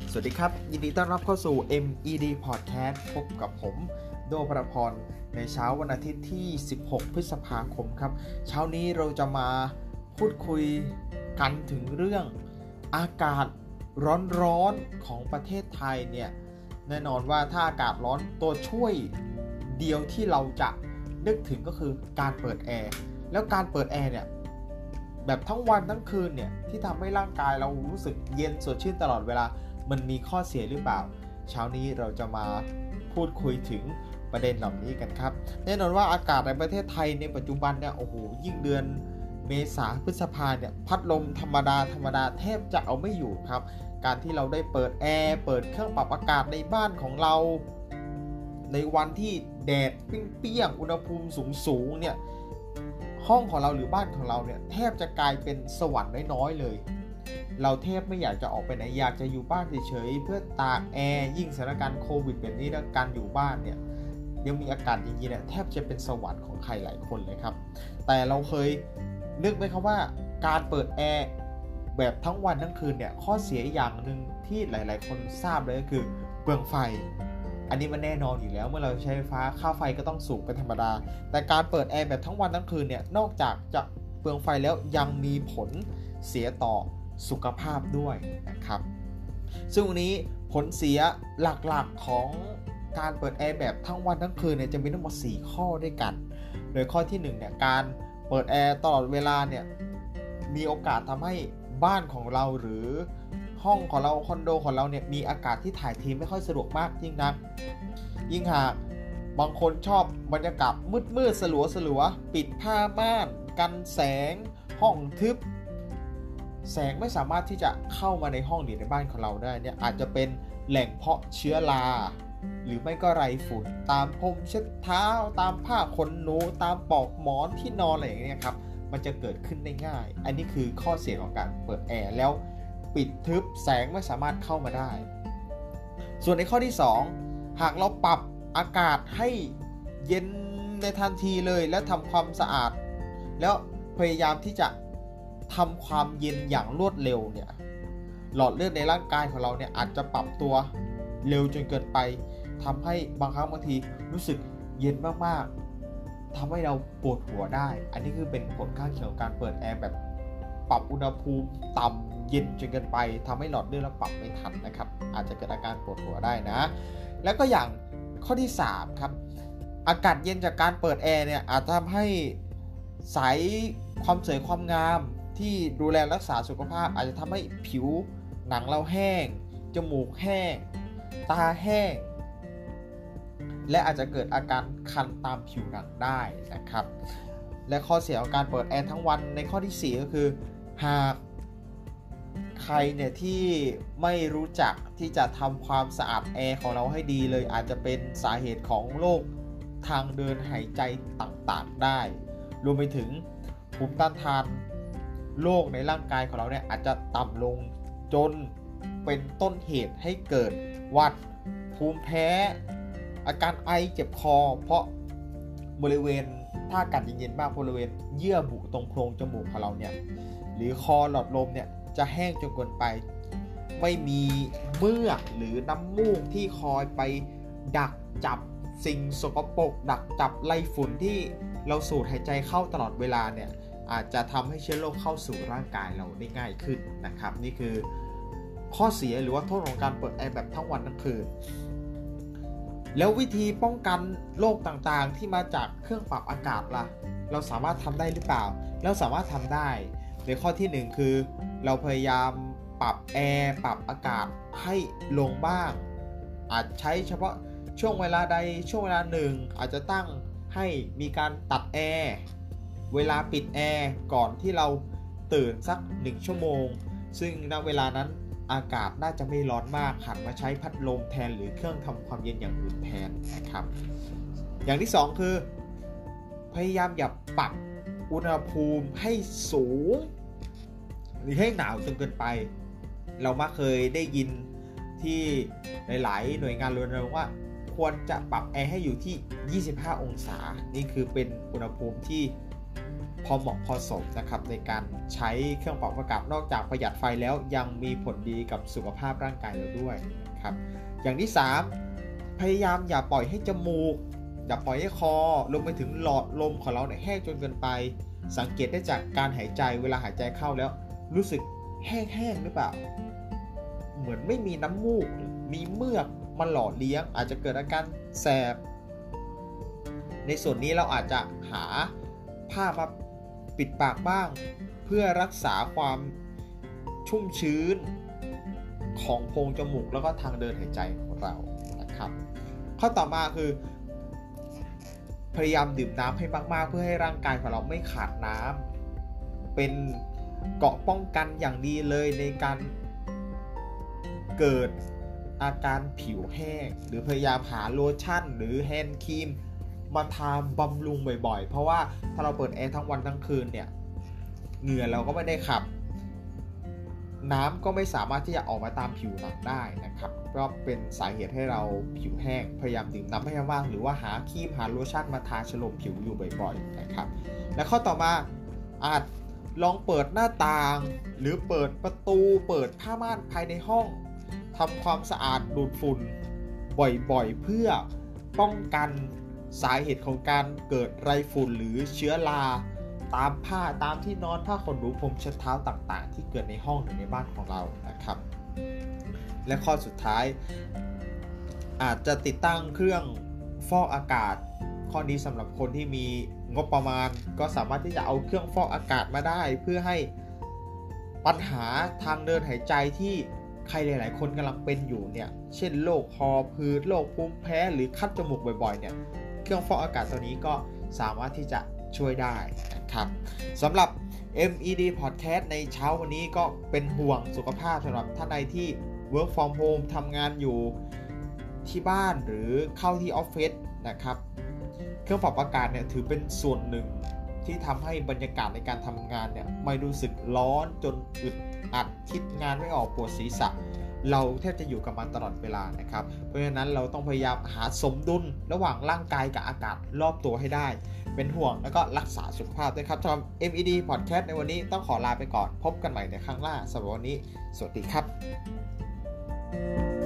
สวัสดีครับยินดีต้อนรับเข้าสู่ MED Podcast พบกับผมโดประพรในเช้าวันอาทิตย์ที่16พฤษภาคมครับเช้านี้เราจะมาพูดคุยกันถึงเรื่องอากาศร้อนๆของประเทศไทยเนี่ยแน่นอนว่าถ้าอากาศร้อนตัวช่วยเดียวที่เราจะนึกถึงก็คือการเปิดแอร์แล้วการเปิดแอร์เนี่ยแบบทั้งวันทั้งคืนเนี่ยที่ทำให้ร่างกายเรารู้สึกเย็นสดชื่นตลอดเวลามันมีข้อเสียหรือเปล่าเช้านี้เราจะมาพูดคุยถึงประเด็นเหล่านี้กันครับแน่นอนว่าอากาศในประเทศไทยในปัจจุบันเนี่ยโอ้โหยิ่งเดือนเมษาพฤษภาเนี่ยพัดลมธรรมดาแทบจะเอาไม่อยู่ครับการที่เราได้เปิดแอร์เปิดเครื่องปรับอากาศในบ้านของเราในวันที่แดดเปรี้ยงอุณหภูมิสูงเนี่ยห้องของเราหรือบ้านของเราเนี่ยแทบจะกลายเป็นสวรรค์น้อยๆเลยเราแทบไม่อยากจะออกไปไหนอยากจะอยู่บ้านเฉยๆเพื่อตากแอร์ยิ่งสถานการณ์โควิดแบบนี้แล้วการอยู่บ้านเนี่ยยังมีอากาศเย็นๆเนี่ยแทบจะเป็นสวรรค์ของใครหลายคนเลยครับแต่เราเคยนึกไหมครับว่าการเปิดแอร์แบบทั้งวันทั้งคืนเนี่ยข้อเสียอย่างนึงที่หลายๆคนทราบเลยก็คือเปลืองไฟอันนี้มันแน่นอนอยู่แล้วเมื่อเราใช้ไฟฟ้าค่าไฟก็ต้องสูงเป็นธรรมดาแต่การเปิดแอร์แบบทั้งวันทั้งคืนเนี่ยนอกจากจะเปลืองไฟแล้วยังมีผลเสียต่อสุขภาพด้วยนะครับซึ่งวันนี้ผลเสียหลักๆของการเปิดแอร์แบบทั้งวันทั้งคืนเนี่ยจะมีทั้งหมด4ข้อด้วยกันโดยข้อที่1เนี่ยการเปิดแอร์ตลอดเวลาเนี่ยมีโอกาสทำให้บ้านของเราหรือห้องของเราคอนโดของเราเนี่ยมีอากาศที่ถ่ายเทไม่ค่อยสะดวกมากยิ่งนักยิ่งหากบางคนชอบบรรยากาศมืดๆสลัวๆปิดผ้าม่านกันแสงห้องทึบแสงไม่สามารถที่จะเข้ามาในห้องหรือในบ้านของเราได้เนี่ยอาจจะเป็นแหล่งเพาะเชื้อราหรือไม่ก็ไรฝุ่นตามพรมเช็ดเท้าตามผ้าขนหนูตามปลอกหมอนที่นอนอะไรอย่างเงี้ยครับมันจะเกิดขึ้นได้ง่ายอันนี้คือข้อเสียของการเปิดแอร์แล้วปิดทึบแสงไม่สามารถเข้ามาได้ส่วนในข้อที่2หากเราปรับอากาศให้เย็นในทันทีเลยและทำความสะอาดแล้วพยายามที่จะทำความเย็นอย่างรวดเร็วเนี่ยหลอดเลือดในร่างกายของเราเนี่ยอาจจะปรับตัวเร็วจนเกินไปทำให้บางครั้งบางทีรู้สึกเย็นมากๆทำให้เราปวดหัวได้อันนี้คือเป็นผลข้างเคียงของการเปิดแอร์แบบปรับอุณหภูมิต่ำเย็นจนเกินไปทำให้หลอดเลือดเราปรับไม่ทันนะครับอาจจะเกิดอาการปวดหัวได้นะแล้วก็อย่างข้อที่3ครับอากาศเย็นจากการเปิดแอร์เนี่ยอาจทำให้สายความสวยความงามที่ดูแลรักษาสุขภาพอาจจะทำให้ผิวหนังเราแห้งจมูกแห้งตาแห้งและอาจจะเกิดอาการคันตามผิวหนังได้นะครับและข้อเสียของการเปิดแอร์ทั้งวันในข้อที่4ก็คือหากใครเนี่ยที่ไม่รู้จักที่จะทำความสะอาดแอร์ของเราให้ดีเลยอาจจะเป็นสาเหตุของโรคทางเดินหายใจต่างๆได้รวมไปถึงภูมิต้านทานโรคในร่างกายของเราเนี่ยอาจจะต่ำลงจนเป็นต้นเหตุให้เกิดหวัดภูมิแพ้อาการไอเจ็บคอเพราะบริเวณถ้าอากาศเย็นๆมากบริเวณเยื่อบุตรงโพรงจมูกของเราเนี่ยหรือคอหลอดลมเนี่ยจะแห้งจนเกินไปไม่มีเมือกหรือน้ำมูกที่คอยไปดักจับสิ่งสกปรกดักจับไล่ฝุ่นที่เราสูดหายใจเข้าตลอดเวลาเนี่ยอาจจะทำให้เชื้อโรคเข้าสู่ร่างกายเราได้ง่ายขึ้นนะครับนี่คือข้อเสียหรือว่าโทษของการเปิดแอร์แบบทั้งวันทั้งคืนแล้ววิธีป้องกันโรคต่างๆที่มาจากเครื่องปรับอากาศล่ะเราสามารถทำได้หรือเปล่าเราสามารถทำได้ในข้อที่1คือเราพยายามปรับแอร์ปรับอากาศให้ลงบ้างอาจใช้เฉพาะช่วงเวลาใดช่วงเวลาหนึ่งอาจจะตั้งให้มีการตัดแอร์เวลาปิดแอร์ก่อนที่เราตื่นสัก1ชั่วโมงซึ่งณเวลานั้นอากาศน่าจะไม่ร้อนมากหันมาใช้พัดลมแทนหรือเครื่องทำความเย็นอย่างอื่นแทนนะครับอย่างที่2คือพยายามอย่าปรับอุณหภูมิให้สูงหรือให้หนาวจนเกินไปเรามักเคยได้ยินที่หลายๆหน่วยงานรณรงค์ว่าควรจะปรับแอร์ให้อยู่ที่25องศานี่คือเป็นอุณหภูมิที่พอเหมาะพอสมนะครับในการใช้เครื่องปรับอากาศนอกจากประหยัดไฟแล้วยังมีผลดีกับสุขภาพร่างกายเราด้วยนะครับอย่างที่3พยายามอย่าปล่อยให้จมูกอย่าปล่อยให้คอรวมไปถึงหลอดลมของเราเนี่ยแห้งจนเกินไปสังเกตได้จากการหายใจเวลาหายใจเข้าแล้วรู้สึกแห้งๆหรือเปล่าเหมือนไม่มีน้ำมูกมีเมือกมันหล่อเลี้ยงอาจจะเกิดอาการแสบในส่วนนี้เราอาจจะหาผ้ามาปิดปากบ้างเพื่อรักษาความชุ่มชื้นของโพรงจมูกแล้วก็ทางเดินหายใจของเรานะครับข้อต่อมาคือพยายามดื่มน้ำให้มากๆเพื่อให้ร่างกายของเราไม่ขาดน้ำเป็นเกราะป้องกันอย่างดีเลยในการเกิดอาการผิวแห้งหรือพยายามหาโลชั่นหรือแฮนด์ครีมมาทาบำรุงบ่อยๆเพราะว่าถ้าเราเปิดแอร์ทั้งวันทั้งคืนเนี่ยเหงื่อเราก็ไม่ได้ขับน้ำก็ไม่สามารถที่จะออกมาตามผิวหนังได้นะครับก็เป็นสาเหตุให้เราผิวแห้งพยายามดื่มน้ำให้มากหรือว่าหาครีมหาโลชั่นมาทาฉโลมผิวอยู่บ่อยๆนะครับและข้อต่อมาอาจลองเปิดหน้าต่างหรือเปิดประตูเปิดผ้าม่านภายในห้องทำความสะอาดดูดฝุ่นบ่อยๆเพื่อป้องกันสาเหตุของการเกิดไรฝุ่นหรือเชื้อราตามผ้าตามที่นอนผ้าขนหนูพรมเช็ดเท้าต่างๆที่เกิดในห้องหรือในบ้านของเรานะครับและข้อสุดท้ายอาจจะติดตั้งเครื่องฟอกอากาศข้อนี้สำหรับคนที่มีงบประมาณก็สามารถที่จะเอาเครื่องฟอกอากาศมาได้เพื่อให้ปัญหาทางเดินหายใจที่ใครหลายๆคนกำลังเป็นอยู่เนี่ยเช่นโรคหอบหืดโรคภูมิแพ้หรือคัดจมูกบ่อยๆเนี่ยเครื่องฟอกอากาศตัวนี้ก็สามารถที่จะช่วยได้นะครับสำหรับ MED Podcast ในเช้าวันนี้ก็เป็นห่วงสุขภาพสำหรับท่านใดที่ Work from Home ทำงานอยู่ที่บ้านหรือเข้าที่ออฟฟิศนะครับเครื่องปรับอากาศเนี่ยถือเป็นส่วนหนึ่งที่ทำให้บรรยากาศในการทำงานเนี่ยไม่รู้สึกร้อนจนอึดอัดคิดงานไม่ออกปวดศีรษะเราแทบจะอยู่กับมันตลอดเวลานะครับเพราะฉะนั้นเราต้องพยายามหาสมดุลระหว่างร่างกายกับอากาศรอบตัวให้ได้เป็นห่วงแล้วก็รักษาสุขภาพด้วยครับสำหรับ MED Podcast ในวันนี้ต้องขอลาไปก่อนพบกันใหม่ในครั้งหน้าสำหรับวันนี้สวัสดีครับ